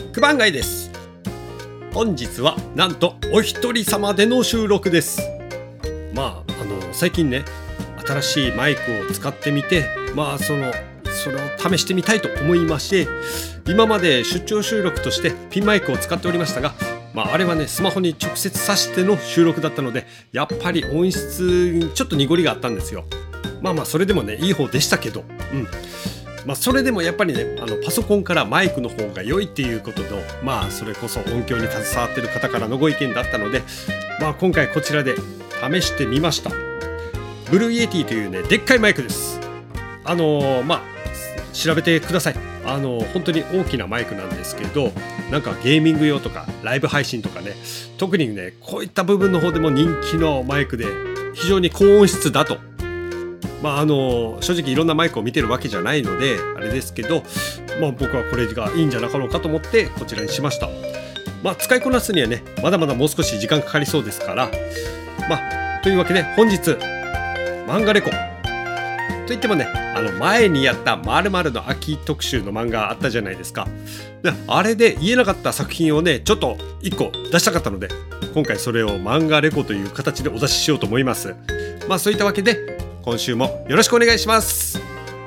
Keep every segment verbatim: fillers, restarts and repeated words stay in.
九番街です。本日はなんとお一人様での収録です。まああの最近ね、新しいマイクを使ってみて、まあそのそれを試してみたいと思いまして、今まで出張収録としてピンマイクを使っておりましたが、まああれはねスマホに直接挿しての収録だったので、やっぱり音質にちょっと濁りがあったんですよ。まあまあそれでもねいい方でしたけど、うんまあ、それでもやっぱりね、あのパソコンからマイクの方が良いっていうことと、まあそれこそ音響に携わっている方からのご意見だったので、まあ今回こちらで試してみました。ブルーイエティというねでっかいマイクです。あのー、まあ調べてください。あのー、本当に大きなマイクなんですけど、なんかゲーミング用とかライブ配信とかね、特にねこういった部分の方でも人気のマイクで、非常に高音質だと。まああの正直いろんなマイクを見てるわけじゃないのであれですけど、まあ、僕はこれがいいんじゃなかろうかと思ってこちらにしました。まあ使いこなすにはねまだまだもう少し時間かかりそうですから、まあというわけで本日漫画レコといってもね、あの前にやった〇〇の秋特集の漫画あったじゃないですか。であれで言えなかった作品をねちょっといっこ出したかったので、今回それを漫画レコという形でお出ししようと思います。まあそういったわけで今週もよろしくお願いします。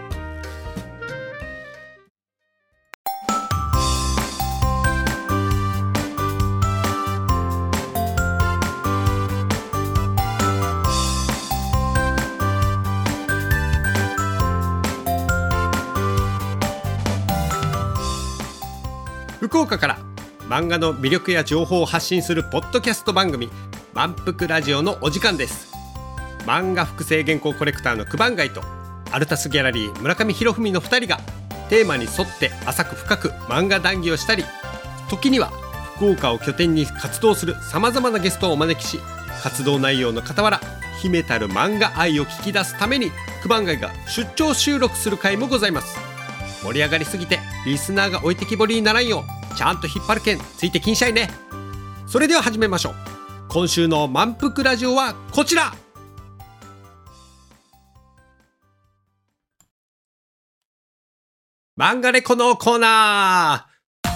福岡から漫画の魅力や情報を発信するポッドキャスト番組満腹ラジオのお時間です。漫画複製原稿コレクターの九番街とアルタスギャラリー村上博文のふたりがテーマに沿って浅く深く漫画談義をしたり、時には福岡を拠点に活動するさまざまなゲストをお招きし、活動内容の傍ら秘めたる漫画愛を聞き出すために九番街が出張収録する回もございます。盛り上がりすぎてリスナーが置いてきぼりにならんよう、ちゃんと引っ張るけんついてきんしゃいね。それでは始めましょう。今週の満腹ラジオはこちら。漫画レコのコーナー。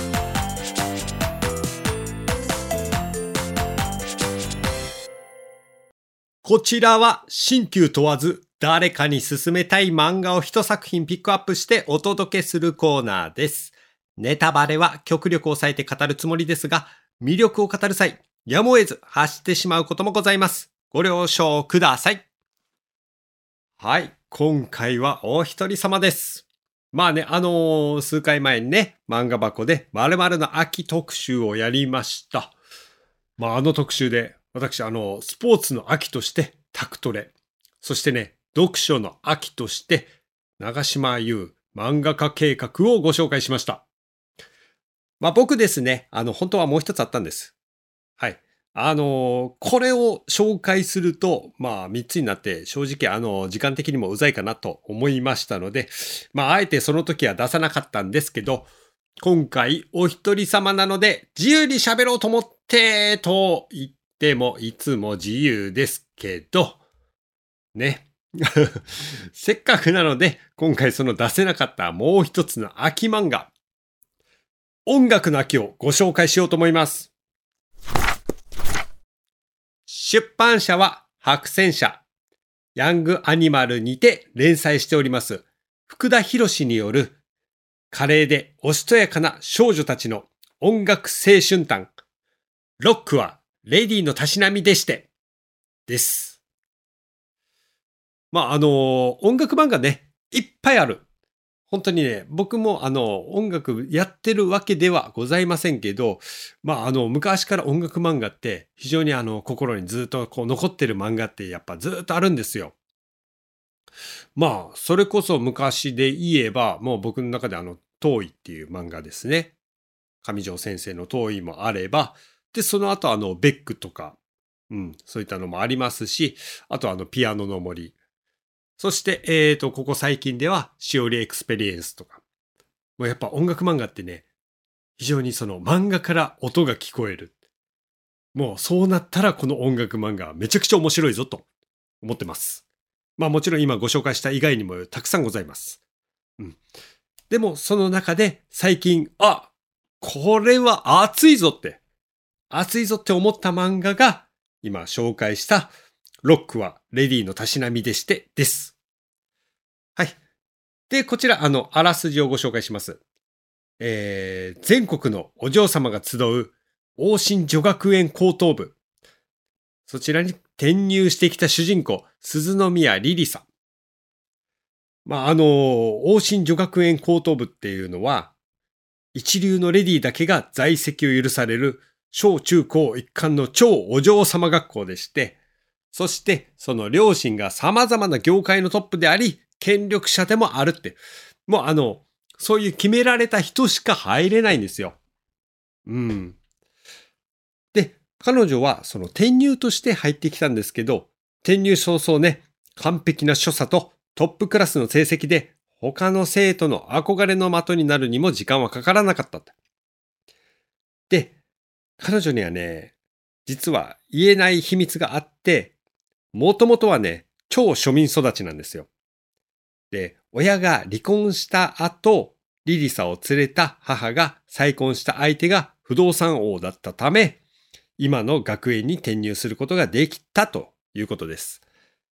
こちらは新旧問わず誰かに勧めたい漫画を一作品ピックアップしてお届けするコーナーです。ネタバレは極力抑えて語るつもりですが、魅力を語る際やむを得ず発してしまうこともございます。ご了承ください。はい、今回はお一人様です。まあね、あのー、数回前にね、漫画箱で〇〇の秋特集をやりました。まああの特集で、私あの、スポーツの秋としてタクトレ、そしてね、読書の秋として長島優漫画家計画をご紹介しました。まあ僕ですね、あの、本当はもう一つあったんです。はい。あの、これを紹介すると、まあみっつになって正直あの、時間的にもうざいかなと思いましたので、まああえてその時は出さなかったんですけど、今回お一人様なので自由に喋ろうと思ってと言ってもいつも自由ですけど、ね。せっかくなので今回その出せなかったもう一つの秋漫画、音楽の秋をご紹介しようと思います。出版社は白泉社、ヤングアニマルにて連載しております福田博による華麗でおしとやかな少女たちの音楽青春譚、ロックはレディのたしなみでしてです。まああの音楽漫画ねいっぱいある。本当にね、僕もあの音楽やってるわけではございませんけど、まああの昔から音楽漫画って非常にあの心にずっとこう残ってる漫画ってやっぱずっとあるんですよ。まあそれこそ昔で言えばもう僕の中であの遠いっていう漫画ですね。上条先生の遠いもあれば、でその後あのベックとか、うん、そういったのもありますし、あとあのピアノの森。そして、えーと、ここ最近では、しおりエクスペリエンスとか。もうやっぱ音楽漫画ってね、非常にその漫画から音が聞こえる。もうそうなったらこの音楽漫画はめちゃくちゃ面白いぞと思ってます。まあもちろん今ご紹介した以外にもたくさんございます。うん。でもその中で最近、あ、 これは熱いぞって、熱いぞって思った漫画が、今紹介したロックはレディのたしなみでしてです。はい。で、こちら、あの、あらすじをご紹介します。えー、全国のお嬢様が集う王神女学園高等部。そちらに転入してきた主人公、鈴宮リリサ。まあ、あの、王神女学園高等部っていうのは、一流のレディだけが在籍を許される小中高一貫の超お嬢様学校でして、そしてその両親が様々な業界のトップであり、権力者でもあるって、もうあの、そういう決められた人しか入れないんですよ。うん。で、彼女はその転入として入ってきたんですけど、転入早々ね、完璧な所作とトップクラスの成績で他の生徒の憧れの的になるにも時間はかからなかった。で、彼女にはね、実は言えない秘密があって、もともとはね、超庶民育ちなんですよ。で、親が離婚した後、リリサを連れた母が再婚した相手が不動産王だったため、今の学園に転入することができたということです。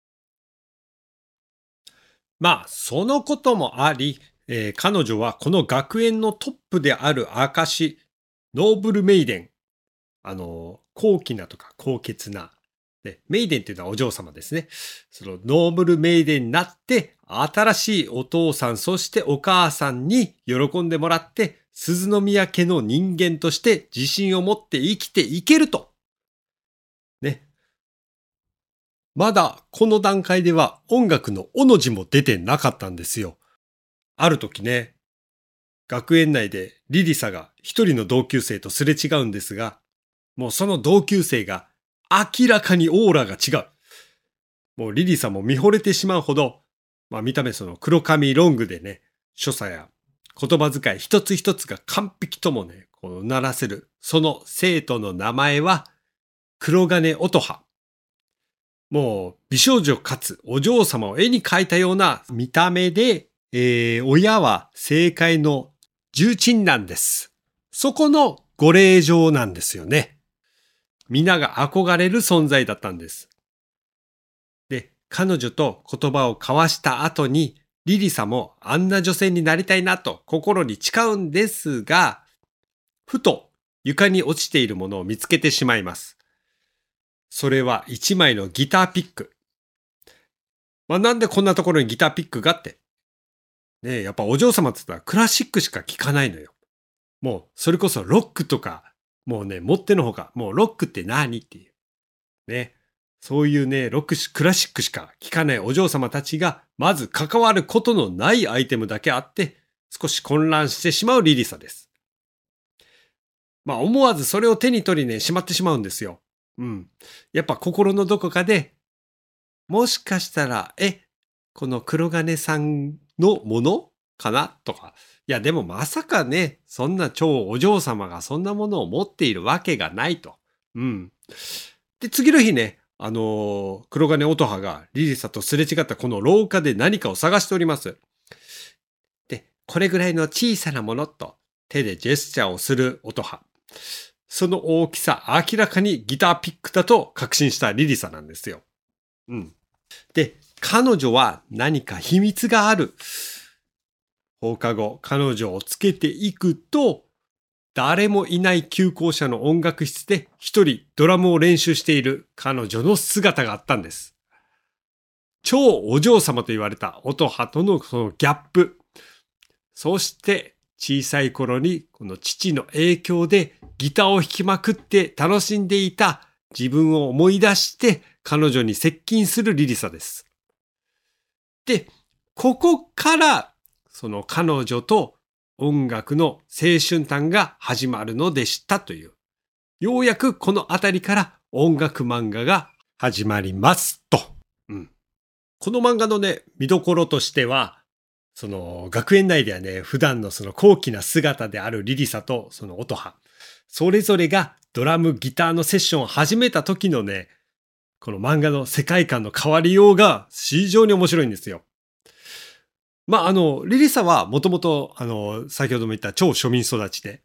まあ、そのこともあり、えー彼女はこの学園のトップである証、ノーブルメイデン、あの、高貴なとか高潔な、でメイデンっていうのはお嬢様ですね。そのノーブルメイデンになって、新しいお父さん、そしてお母さんに喜んでもらって、鈴宮家の人間として自信を持って生きていけると。ね。まだこの段階では音楽のおの字も出てなかったんですよ。ある時ね、学園内でリリサが一人の同級生とすれ違うんですが、もうその同級生が明らかにオーラが違う。もうリリサも見惚れてしまうほど、まあ見た目その黒髪ロングでね、所作や言葉遣い一つ一つが完璧ともね、こうならせる。その生徒の名前は黒金音羽。もう美少女かつお嬢様を絵に描いたような見た目で、えー、親は政界の重鎮なんです。そこのご令嬢なんですよね。皆が憧れる存在だったんです。で、彼女と言葉を交わした後に、リリサもあんな女性になりたいなと心に誓うんですが、ふと床に落ちているものを見つけてしまいます。それは一枚のギターピック。まあ、なんでこんなところにギターピックがって。ねえ、やっぱお嬢様って言ったらクラシックしか聴かないのよ。もうそれこそロックとか、もうね、もってのほか、もうロックって何っていう。ね。そういうね、ロックし、クラシックしか聴かないお嬢様たちが、まず関わることのないアイテムだけあって、少し混乱してしまうリリサです。まあ思わずそれを手に取りね、しまってしまうんですよ。うん。やっぱ心のどこかで、もしかしたら、え、この黒金さんのものかなとか。いや、でもまさかね、そんな超お嬢様がそんなものを持っているわけがないと。うん。で、次の日ね、あのー黒金音羽がリリサとすれ違ったこの廊下で何かを探しております。で、これぐらいの小さなものと手でジェスチャーをする音羽。その大きさ、明らかにギターピックだと確信したリリサなんですよ。うん。で、彼女は何か秘密がある。放課後、彼女をつけていくと、誰もいない旧校舎の音楽室で一人ドラムを練習している彼女の姿があったんです。超お嬢様と言われた音羽とのそのギャップ。そして小さい頃にこの父の影響でギターを弾きまくって楽しんでいた自分を思い出して彼女に接近するリリサです。で、ここからその彼女と音楽の青春譚が始まるのでしたという。ようやくこのあたりから音楽漫画が始まりますと。うん、この漫画のね、見どころとしては、その学園内ではね、普段のその高貴な姿であるリリサとその音羽、それぞれがドラム、ギターのセッションを始めた時のね、この漫画の世界観の変わりようが非常に面白いんですよ。まあ、あの、リリサはもともと、あの、先ほども言った超庶民育ちで、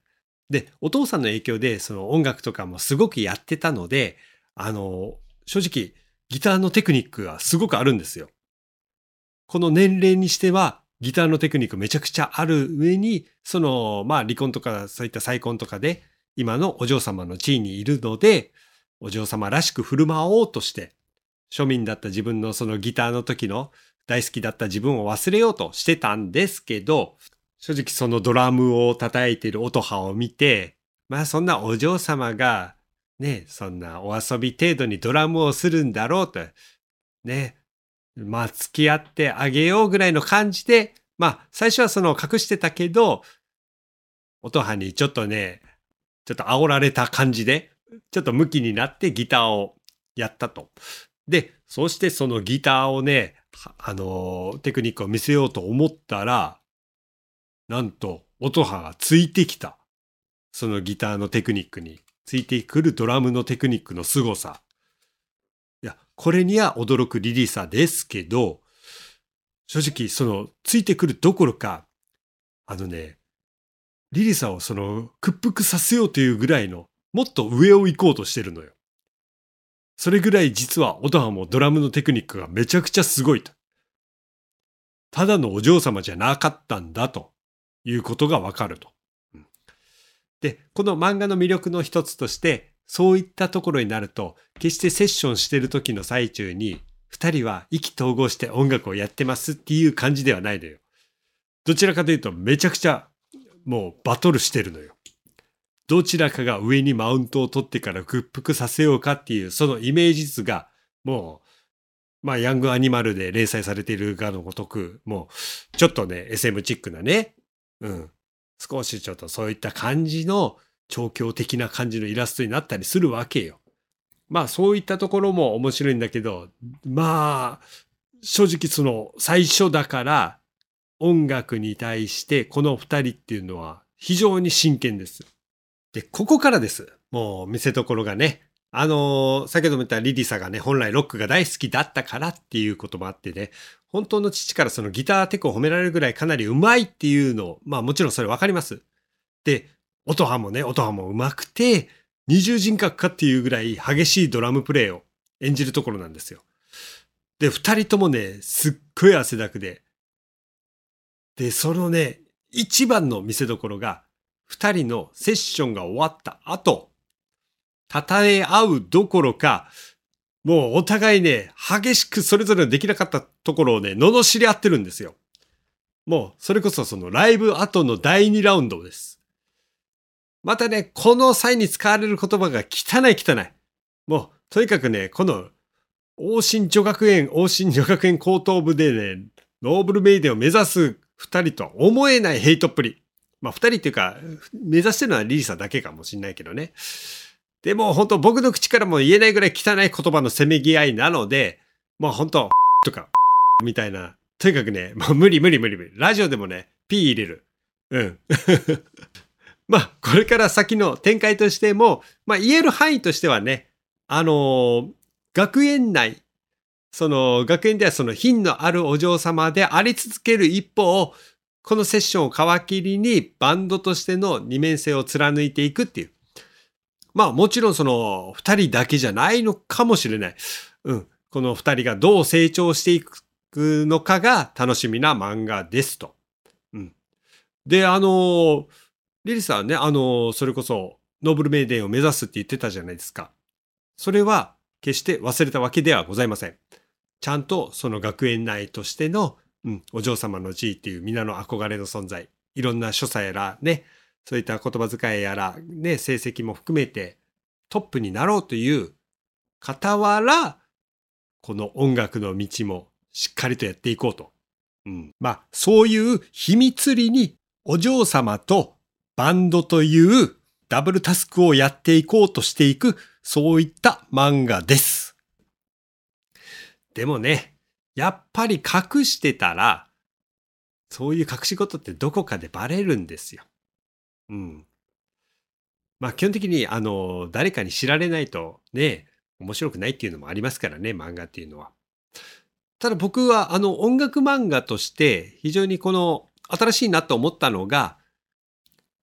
で、お父さんの影響でその音楽とかもすごくやってたので、あの、正直ギターのテクニックがすごくあるんですよ。この年齢にしてはギターのテクニックめちゃくちゃある上に、その、まあ離婚とかそういった再婚とかで今のお嬢様の地位にいるので、お嬢様らしく振る舞おうとして、庶民だった自分のそのギターの時の大好きだった自分を忘れようとしてたんですけど、正直そのドラムを叩いている音羽を見て、まあそんなお嬢様がね、そんなお遊び程度にドラムをするんだろうと、ね、まあ付き合ってあげようぐらいの感じで、まあ最初はその隠してたけど、音羽にちょっとね、ちょっと煽られた感じで、ちょっとムキになってギターをやったと。で、そしてそのギターをね、あの、テクニックを見せようと思ったら、なんと音羽がついてきた。そのギターのテクニックについてくるドラムのテクニックの凄さ。いや、これには驚くリリーさですけど、正直そのついてくるどころか、あのね、リリサをその屈服させようというぐらいのもっと上を行こうとしてるのよ。それぐらい実は音羽もドラムのテクニックがめちゃくちゃすごいと。ただのお嬢様じゃなかったんだということがわかると。うん、で、この漫画の魅力の一つとして、そういったところになると、決してセッションしてる時の最中に、二人は意気投合して音楽をやってますっていう感じではないのよ。どちらかというとめちゃくちゃもうバトルしてるのよ。どちらかが上にマウントを取ってから屈服させようかっていうそのイメージ図がもう、まあヤングアニマルで連載されているがのごとく、もうちょっとね エスエム チックなね、うん、少しちょっとそういった感じの調教的な感じのイラストになったりするわけよ。まあそういったところも面白いんだけど、まあ正直その最初だから音楽に対してこの二人っていうのは非常に真剣です。で、ここからです。もう見せ所がね。あのー、先ほども言ったリリサがね、本来ロックが大好きだったからっていうこともあってね、本当の父からそのギターテクを褒められるぐらいかなり上手いっていうの、まあもちろんそれわかります。で、音羽もね、音羽も上手くて、二重人格かっていうぐらい激しいドラムプレイを演じるところなんですよ。で、二人ともね、すっごい汗だくで。で、そのね、一番の見せ所が、二人のセッションが終わった後、称え合うどころか、もうお互いね、激しくそれぞれできなかったところをね、罵り合ってるんですよ。もう、それこそそのライブ後のだいにラウンドです。またね、この際に使われる言葉が汚い汚い。もう、とにかくね、この、往診女学園、往診女学園高等部でね、ノーブルメイデンを目指す二人とは思えないヘイトっぷり。まあ二人っていうか、目指してるのはリリサだけかもしんないけどね。でも本当僕の口からも言えないぐらい汚い言葉のせめぎ合いなので、もう本当とか、みたいな。とにかくね、もう無理無理無理無理。ラジオでもね、P 入れる。うん。まあ、これから先の展開としても、まあ言える範囲としてはね、あのー、学園内、その学園ではその品のあるお嬢様であり続ける一方、このセッションを皮切りにバンドとしての二面性を貫いていくっていう。まあもちろんその二人だけじゃないのかもしれない。うん。この二人がどう成長していくのかが楽しみな漫画ですと。うん。で、あの、リリさんはね、あの、それこそノーブルメイデンを目指すって言ってたじゃないですか。それは決して忘れたわけではございません。ちゃんとその学園内としてのうん、お嬢様の地位っていう皆の憧れの存在。いろんな所作やらね、そういった言葉遣いやら、ね、成績も含めてトップになろうという傍ら、この音楽の道もしっかりとやっていこうと。うん、まあ、そういう秘密裏にお嬢様とバンドというダブルタスクをやっていこうとしていく、そういった漫画です。でもね、やっぱり隠してたら、そういう隠し事ってどこかでバレるんですよ。うん。まあ基本的に、あの、誰かに知られないとね、面白くないっていうのもありますからね、漫画っていうのは。ただ僕は、あの、音楽漫画として非常にこの新しいなと思ったのが、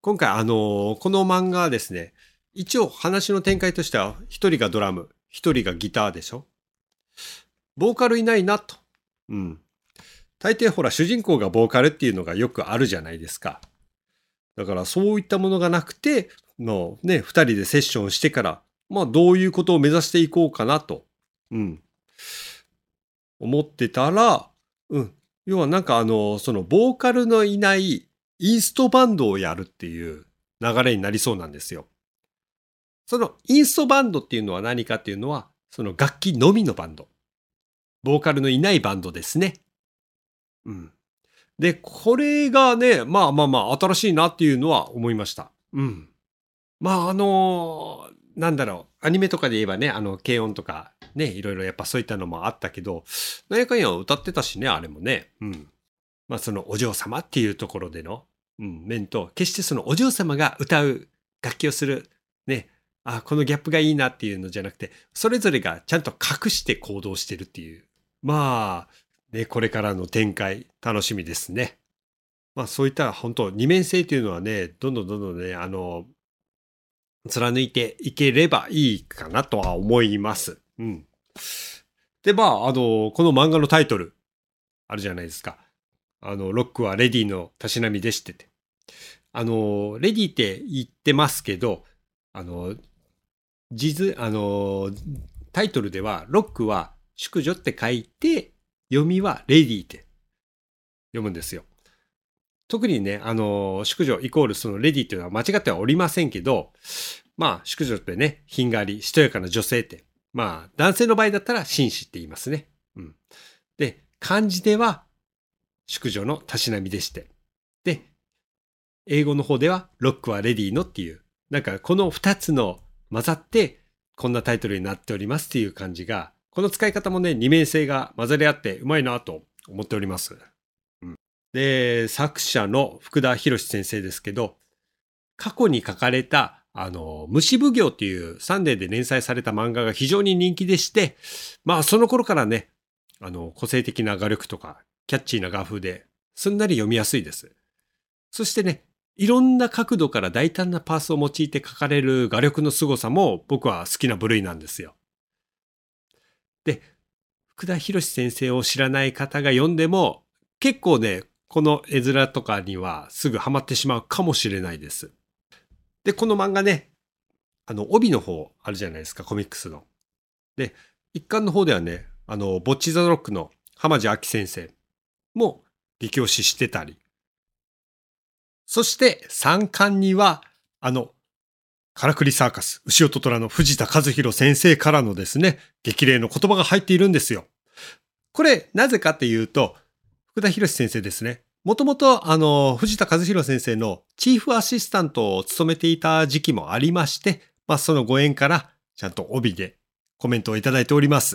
今回あのこの漫画はですね、一応話の展開としては一人がドラム、一人がギターでしょ。ボーカルいないなと。うん。大抵ほら主人公がボーカルっていうのがよくあるじゃないですか。だからそういったものがなくてのね、二人でセッションしてから、まあどういうことを目指していこうかなと、うん、思ってたら、うん、要はなんかあのそのボーカルのいないインストバンドをやるっていう流れになりそうなんですよ。そのインストバンドっていうのは何かっていうのは、その楽器のみのバンド。ボーカルのいないバンドですね。うん。で、これがね、まあまあまあ新しいなっていうのは思いました。うん。まああのなんだろう、アニメとかで言えばね、あの、軽音とかね、いろいろやっぱそういったのもあったけど、何やかんや歌ってたしね、あれもね。うん。まあそのお嬢様っていうところでの、うん、面と、決してそのお嬢様が歌う楽器をする、ね、あ、このギャップがいいなっていうのじゃなくて、それぞれがちゃんと隠して行動してるっていう。まあ、ね、これからの展開、楽しみですね。まあそういった本当二面性というのはね、どんどんどんどんね、あの、貫いていければいいかなとは思います。うん。で、まあ、あの、この漫画のタイトル、あるじゃないですか。あの、ロックはレディのたしなみでしてて。あの、レディって言ってますけど、あの、地図、あの、タイトルでは、ロックは淑女って書いて、読みはレディって読むんですよ。特にね、あの、淑女イコールそのレディっていうのは間違ってはおりませんけど、まあ、淑女ってね、品があり、しとやかな女性って、まあ、男性の場合だったら紳士って言いますね。うん。で、漢字では、淑女のたしなみでして。で、英語の方では、ロックはレディのっていう、なんかこの二つの混ざって、こんなタイトルになっておりますっていう感じが、この使い方もね、二面性が混ざり合ってうまいなと思っております。で、作者の福田博先生ですけど、過去に書かれた、あの、虫奉行っていうサンデーで連載された漫画が非常に人気でして、まあその頃からね、あの、個性的な画力とか、キャッチーな画風で、すんなり読みやすいです。そしてね、いろんな角度から大胆なパースを用いて書かれる画力の凄さも僕は好きな部類なんですよ。で、福田博先生を知らない方が読んでも、結構ね、この絵面とかにはすぐハマってしまうかもしれないです。で、この漫画ね、あの、帯の方あるじゃないですか、コミックスの。で、一巻の方ではね、あの、ボッチザロックの浜地明先生も激推ししてたり。そして三巻には、あの、からくりサーカス、牛音虎の藤田和弘先生からのですね、激励の言葉が入っているんですよ。これ、なぜかっていうと、福田博先生ですね。もともと、あの、藤田和弘先生のチーフアシスタントを務めていた時期もありまして、まあ、そのご縁から、ちゃんと帯でコメントをいただいております。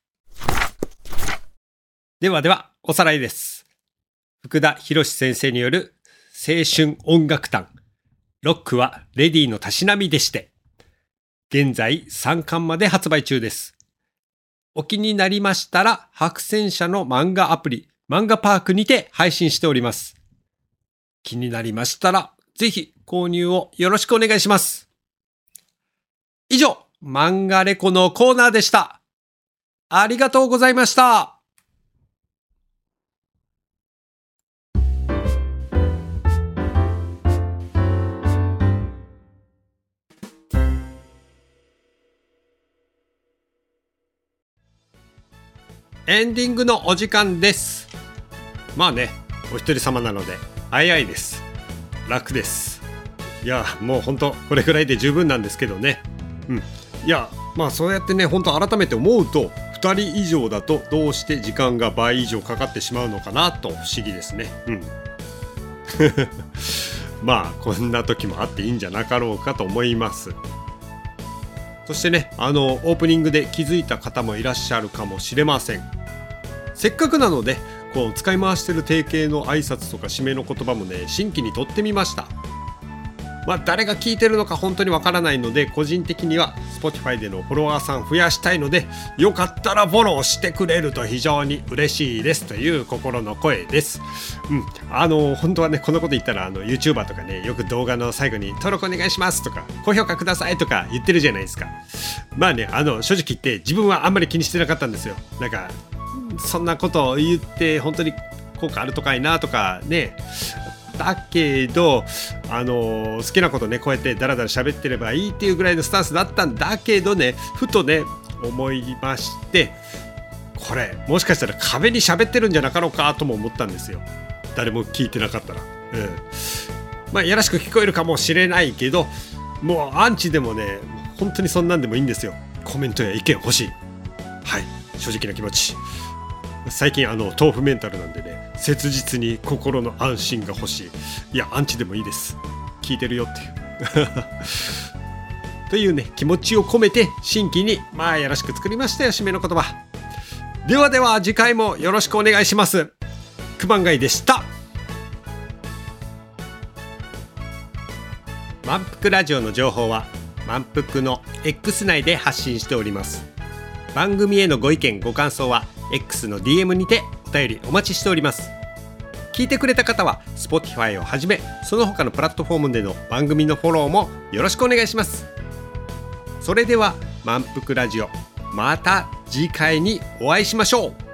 ではでは、おさらいです。福田博先生による青春音楽譚、ロックはレディのたしなみでして、現在さんかんまで発売中です。お気になりましたら、白戦車の漫画アプリ、漫画パークにて配信しております。気になりましたら、ぜひ購入をよろしくお願いします。以上、漫画レコのコーナーでした。ありがとうございました。エンディングのお時間です。まあね、お一人様なので早いです。楽です。いや、もう本当これくらいで十分なんですけどね。うん。いや、まあそうやってね、本当改めて思うと、ふたり以上だとどうして時間が倍以上かかってしまうのかなと不思議ですね。うん。まあこんな時もあっていいんじゃなかろうかと思います。そしてね、あのオープニングで気づいた方もいらっしゃるかもしれません。せっかくなので、こう使い回してる定型の挨拶とか締めの言葉もね、新規にとってみました。 まあ、誰が聞いてるのか本当にわからないので、個人的には Spotify でのフォロワーさん増やしたいので、よかったらフォローしてくれると非常に嬉しいですという心の声です。うん、あの本当はね、このこと言ったらあの YouTuber とかね、よく動画の最後に登録お願いしますとか高評価くださいとか言ってるじゃないですか。まあね、あの正直言って自分はあんまり気にしてなかったんですよ。なんかそんなことを言って本当に効果あるとかいなとかね。だけど、あのー、好きなことね、こうやってダラダラ喋ってればいいっていうぐらいのスタンスだったんだけどね、ふとね思いまして、これもしかしたら壁に喋ってるんじゃなかろうかとも思ったんですよ。誰も聞いてなかったら、うん、まあやらしく聞こえるかもしれないけど、もうアンチでもね本当にそんなんでもいいんですよ。コメントや意見欲しい。はい、正直な気持ち。最近あの豆腐メンタルなんでね、切実に心の安心が欲しい。いやアンチでもいいです、聞いてるよっていうというね気持ちを込めて新規にまあやらしく作りましたよ、締めの言葉。ではでは次回もよろしくお願いします。くまんがいでした。満腹ラジオの情報は満腹の X 内で発信しております。番組へのご意見ご感想はX の ディーエム にてお便りお待ちしております。聞いてくれた方は Spotify をはじめその他のプラットフォームでの番組のフォローもよろしくお願いします。それでは満腹ラジオ、また次回にお会いしましょう。